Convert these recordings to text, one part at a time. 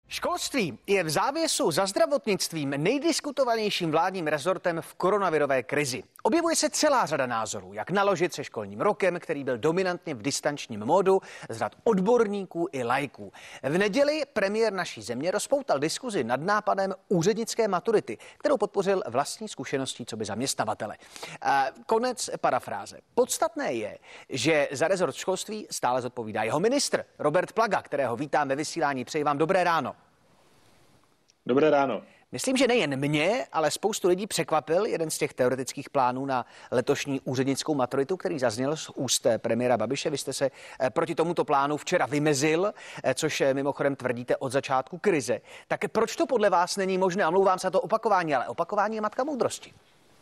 Školství je v závěsu za zdravotnictvím nejdiskutovanějším vládním rezortem v koronavirové krizi. Objevuje se celá řada názorů, jak naložit se školním rokem, který byl dominantně v distančním módu, z řad odborníků i laiků. V neděli premiér naší země rozpoutal diskuzi nad nápadem úřednické maturity, kterou podpořil vlastní zkušeností coby zaměstnavatele. Konec parafráze. Podstatné je, že za rezort školství stále zodpovídá jeho ministr Robert Plaga, kterého vítám ve vysílání. Přeji vám dobré ráno. Dobré ráno. Myslím, že nejen mě, ale spoustu lidí překvapil jeden z těch teoretických plánů na letošní úřednickou maturitu, který zazněl z úst premiéra Babiše. Vy jste se proti tomuto plánu včera vymezil, což mimochodem tvrdíte od začátku krize. Tak proč to podle vás není možné? Omlouvám se za to opakování, ale opakování je matka moudrosti.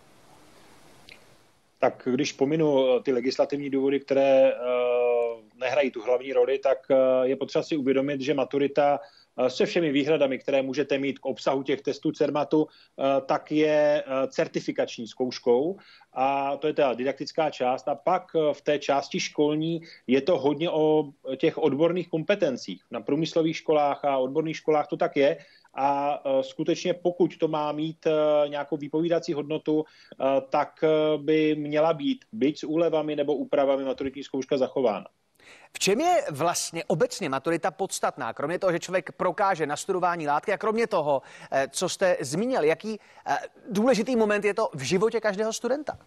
Tak když pominu ty legislativní důvody, které nehrají tu hlavní roli, tak je potřeba si uvědomit, že maturita se všemi výhradami, které můžete mít k obsahu těch testů Cermatu, tak je certifikační zkouškou a to je ta didaktická část. A pak v té části školní je to hodně o těch odborných kompetencích. Na průmyslových školách a odborných školách to tak je. A skutečně pokud to má mít nějakou vypovídací hodnotu, tak by měla být, byť s úlevami nebo úpravami, maturitní zkouška zachována. V čem je vlastně obecně maturita podstatná? Kromě toho, že člověk prokáže nastudování látky a kromě toho, co jste zmínil, jaký důležitý moment je to v životě každého studenta?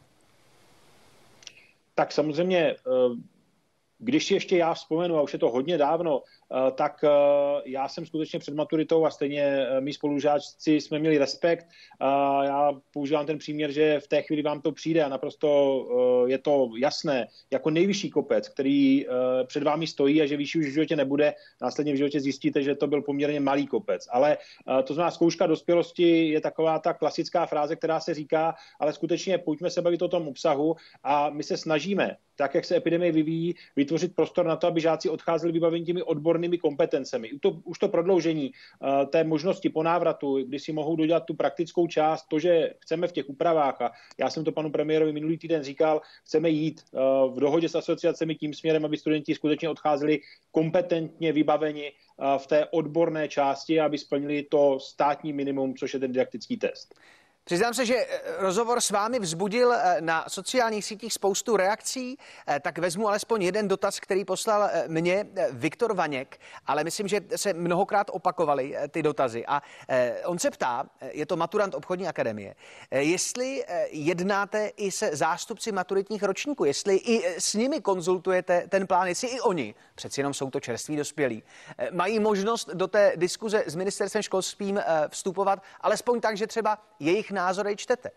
Tak samozřejmě, když si ještě já vzpomenu, a už je to hodně dávno, tak já jsem skutečně před maturitou a stejně mý spolužáci jsme měli respekt. Já používám ten příměr, že v té chvíli vám to přijde a naprosto je to jasné, jako nejvyšší kopec, který před vámi stojí a že vyšší už v životě nebude. Následně v životě zjistíte, že to byl poměrně malý kopec. Ale to znamená, zkouška dospělosti je taková ta klasická fráze, která se říká, ale skutečně pojďme se bavit o tom obsahu a my se snažíme, tak jak se epidemie vyvíjí, vytvořit prostor na to, aby žáci odcházeli vybaveni těmi odbornými kompetencemi. Už to prodloužení té možnosti po návratu, kdy si mohou dodělat tu praktickou část, to, že chceme v těch úpravách, a já jsem to panu premiérovi minulý týden říkal, chceme jít v dohodě s asociacemi tím směrem, aby studenti skutečně odcházeli kompetentně vybaveni v té odborné části, aby splnili to státní minimum, což je ten didaktický test. Přiznám se, že rozhovor s vámi vzbudil na sociálních sítích spoustu reakcí, tak vezmu alespoň jeden dotaz, který poslal mě Viktor Vaněk, ale myslím, že se mnohokrát opakovaly ty dotazy. A on se ptá, je to maturant obchodní akademie, jestli jednáte i se zástupci maturitních ročníků, jestli i s nimi konzultujete ten plán, jestli i oni, přeci jenom jsou to čerství dospělí, mají možnost do té diskuze s ministerstvem školstvím vstupovat, alespoň tak, že třeba jejich názory čtete.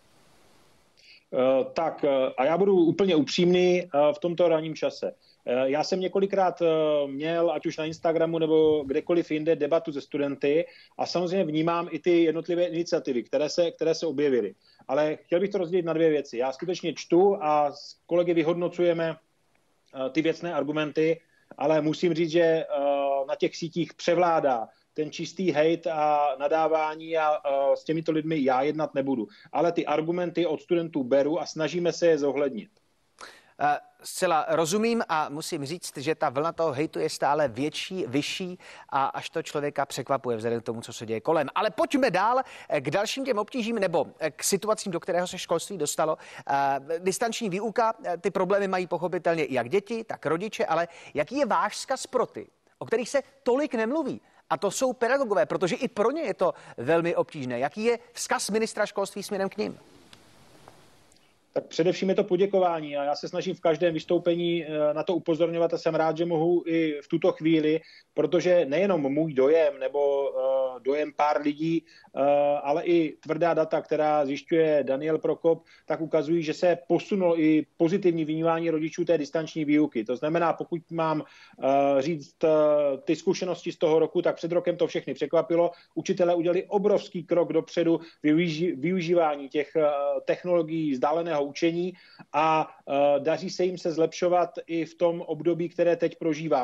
Tak a já budu úplně upřímný v tomto ranním čase. Já jsem několikrát měl, ať už na Instagramu nebo kdekoliv jinde, debatu se studenty a samozřejmě vnímám i ty jednotlivé iniciativy, které se objevily. Ale chtěl bych to rozdělit na dvě věci. Já skutečně čtu a s kolegy vyhodnocujeme ty věcné argumenty, ale musím říct, že na těch sítích převládá ten čistý hejt a nadávání a s těmito lidmi já jednat nebudu. Ale ty argumenty od studentů beru a snažíme se je zohlednit. Zcela rozumím a musím říct, že ta vlna toho hejtu je stále větší, vyšší a až to člověka překvapuje vzhledem k tomu, co se děje kolem. Ale pojďme dál k dalším těm obtížím nebo k situacím, do kterého se školství dostalo. Distanční výuka, ty problémy mají pochopitelně jak děti, tak rodiče, ale jaký je váš vzkaz pro ty, o kterých se tolik nemluví? A to jsou pedagogové, protože i pro ně je to velmi obtížné. Jaký je vzkaz ministra školství směrem k nim? Tak především je to poděkování a já se snažím v každém vystoupení na to upozorňovat a jsem rád, že mohu i v tuto chvíli, protože nejenom můj dojem nebo dojem pár lidí, ale i tvrdá data, která zjišťuje Daniel Prokop, tak ukazují, že se posunulo i pozitivní vnímání rodičů té distanční výuky. To znamená, pokud mám říct ty zkušenosti z toho roku, tak před rokem to všechny překvapilo. Učitelé udělali obrovský krok dopředu využívání těch technologií vzdáleného učení a daří se jim se zlepšovat i v tom období, které teď prožíváme.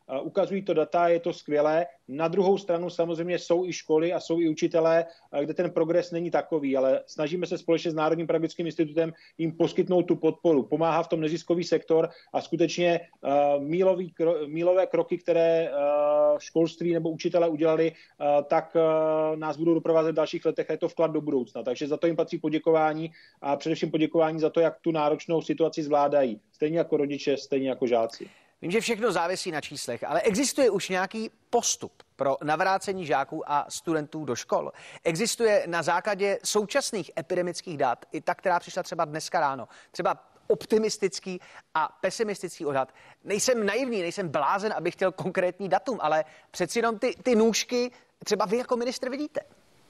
Ukazují to data, je to skvělé. Na druhou stranu samozřejmě jsou i školy a jsou i učitelé, kde ten progres není takový, ale snažíme se společně s Národním pedagogickým institutem jim poskytnout tu podporu. Pomáhá v tom neziskový sektor a skutečně mílové kroky, které školství nebo učitelé udělali, tak nás budou doprovázet v dalších letech a je to vklad do budoucna. Takže za to jim patří poděkování a především poděkování za to, jak tu náročnou situaci zvládají. Stejně jako rodiče, stejně jako žáci. Vím, že všechno závisí na číslech, ale existuje už nějaký postup pro navrácení žáků a studentů do škol? Existuje na základě současných epidemických dat i ta, která přišla třeba dneska ráno? Třeba optimistický a pesimistický odhad. Nejsem naivní, nejsem blázen, abych chtěl konkrétní datum, ale přeci jenom ty nůžky třeba vy jako ministr vidíte.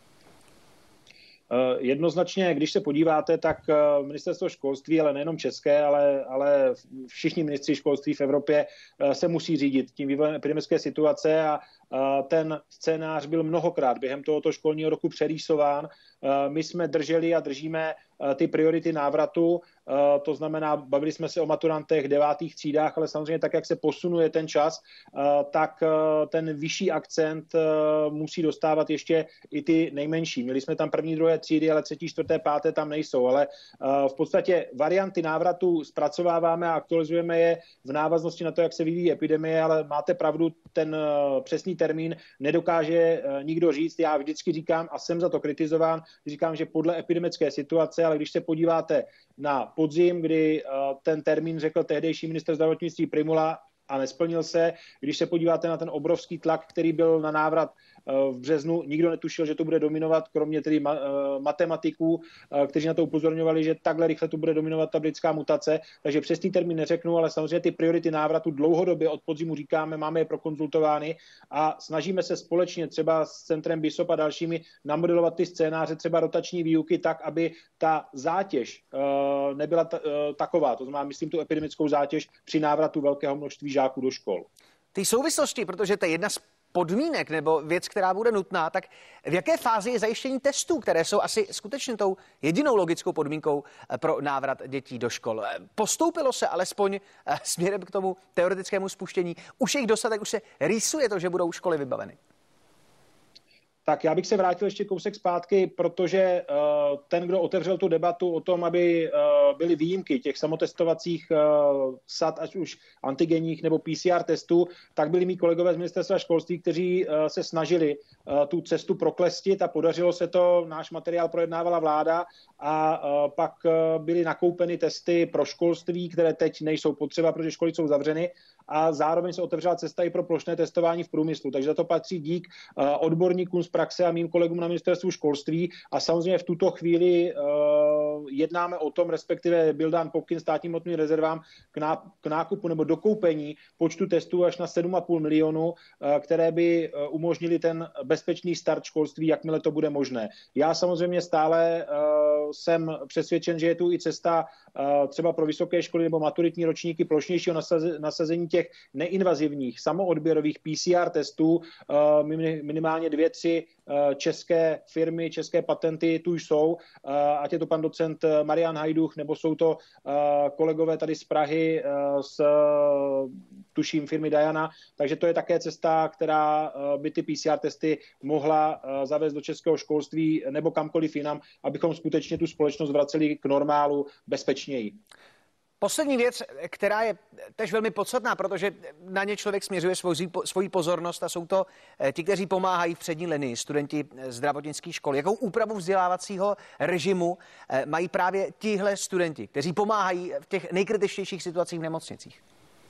Jednoznačně, když se podíváte, tak ministerstvo školství, ale nejenom české, ale všichni ministři školství v Evropě se musí řídit tím vývojem epidemické situace a ten scénář byl mnohokrát během tohoto školního roku přerýsován. My jsme drželi a držíme ty priority návratu, to znamená, bavili jsme se o maturantech 9. třídách, ale samozřejmě tak, jak se posunuje ten čas, tak ten vyšší akcent musí dostávat ještě i ty nejmenší. Měli jsme tam 1., 2. třídy, ale 3., 4., 5. tam nejsou, ale v podstatě varianty návratu zpracováváme a aktualizujeme je v návaznosti na to, jak se vyvíjí epidemie, ale máte pravdu, ten přesný termín nedokáže nikdo říct. Já vždycky říkám, a jsem za to kritizován, říkám, že podle epidemické situace, ale když se podíváte na podzim, kdy ten termín řekl tehdejší ministr zdravotnictví Prymula a nesplnil se, když se podíváte na ten obrovský tlak, který byl na návrat v březnu, nikdo netušil, že to bude dominovat, kromě tedy matematiků, kteří na to upozorňovali, že takhle rychle tu bude dominovat ta britská mutace, takže přesný termín neřeknu, ale samozřejmě ty priority návratu dlouhodobě od podzimu říkáme, máme je prokonzultovány a snažíme se společně třeba s centrem BISOP a dalšími namodelovat ty scénáře, třeba rotační výuky tak, aby ta zátěž nebyla taková, to znamená, myslím tu epidemickou zátěž při návratu velkého množství žáků do škol. Ty souvislosti, protože to je jedna z podmínek nebo věc, která bude nutná, tak v jaké fázi je zajištění testů, které jsou asi skutečně tou jedinou logickou podmínkou pro návrat dětí do škol? Postoupilo se alespoň směrem k tomu teoretickému spuštění? Už je jich dostatek, už se rýsuje to, že budou školy vybaveny? Tak já bych se vrátil ještě kousek zpátky, protože ten, kdo otevřel tu debatu o tom, aby byly výjimky těch samotestovacích sad, ať už antigenních nebo PCR testů, tak byli mý kolegové z ministerstva školství, kteří se snažili tu cestu proklestit a podařilo se to. Náš materiál projednávala vláda a pak byly nakoupeny testy pro školství, které teď nejsou potřeba, protože školy jsou zavřeny a zároveň se otevřela cesta i pro plošné testování v průmyslu. Takže za to patří dík odborníkům z praxe a mým kolegům na ministerstvu školství a samozřejmě v tuto chvíli jednáme o tom, respektive byl dán pokyn státním hmotným rezervám k nákupu nebo dokoupení počtu testů až na 7,5 milionu, které by umožnili ten bezpečný start školství, jakmile to bude možné. Já samozřejmě stále jsem přesvědčen, že je tu i cesta třeba pro vysoké školy nebo maturitní ročníky plošnějšího nasazení těch neinvazivních samoodběrových PCR testů. Minimálně 2-3 české firmy, české patenty tu jsou, ať je to pan docent Marian Hajduch, nebo jsou to kolegové tady z Prahy, z tuším firmy Diana, takže to je také cesta, která by ty PCR testy mohla zavést do českého školství nebo kamkoliv jinam, abychom skutečně tu společnost vraceli k normálu bezpečněji. Poslední věc, která je tež velmi podstatná, protože na ně člověk směřuje svoji pozornost a jsou to ti, kteří pomáhají v přední linii, studenti zdravotnických škol. Jakou úpravu vzdělávacího režimu mají právě tihle studenti, kteří pomáhají v těch nejkritičtějších situacích v nemocnicích?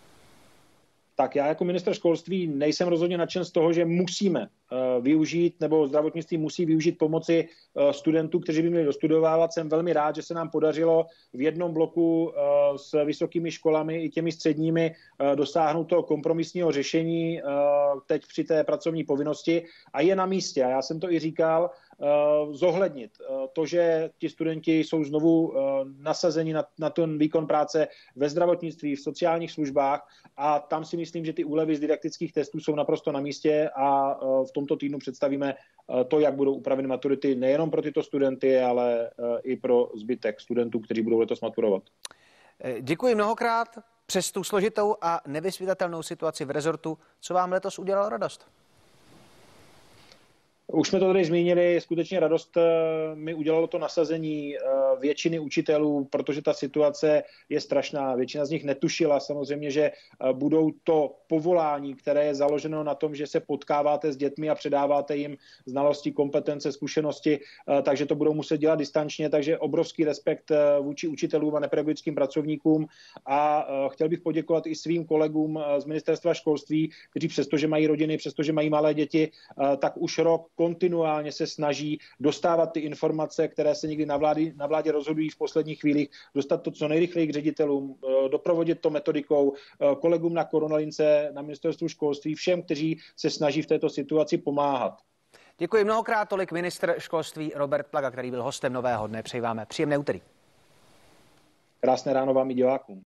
Tak já jako ministr školství nejsem rozhodně nadšen z toho, že musíme využít, nebo zdravotnictví musí využít pomoci studentů, kteří by měli dostudovávat. Jsem velmi rád, že se nám podařilo v jednom bloku s vysokými školami i těmi středními dosáhnout toho kompromisního řešení teď při té pracovní povinnosti a je na místě. A já jsem to i říkal, zohlednit to, že ti studenti jsou znovu nasazeni na ten výkon práce ve zdravotnictví, v sociálních službách a tam si myslím, že ty úlevy z didaktických testů jsou naprosto na místě a v tomto týdnu představíme to, jak budou upraveny maturity nejenom pro tyto studenty, ale i pro zbytek studentů, kteří budou letos maturovat. Děkuji mnohokrát. přes tu složitou a nevysvětlitelnou situaci v rezortu, co vám letos udělalo radost? Už jsme to tady zmínili, skutečně radost mi udělalo to nasazení většiny učitelů, protože ta situace je strašná. Většina z nich netušila samozřejmě, že budou to povolání, které je založeno na tom, že se potkáváte s dětmi a předáváte jim znalosti, kompetence, zkušenosti, takže to budou muset dělat distančně, takže obrovský respekt vůči učitelům a nepedagogickým pracovníkům a chtěl bych poděkovat i svým kolegům z ministerstva školství, kteří přestože mají rodiny, přestože mají malé děti, tak už rok kontinuálně se snaží dostávat ty informace, které se někdy na vládě rozhodují v posledních chvílích, dostat to co nejrychleji k ředitelům, doprovodit to metodikou, kolegům na koronalince, na ministerstvu školství, všem, kteří se snaží v této situaci pomáhat. Děkuji mnohokrát, tolik ministr školství Robert Plaga, který byl hostem Nového dne. Přeji vám příjemné úterý. Krásné ráno vám i divákům.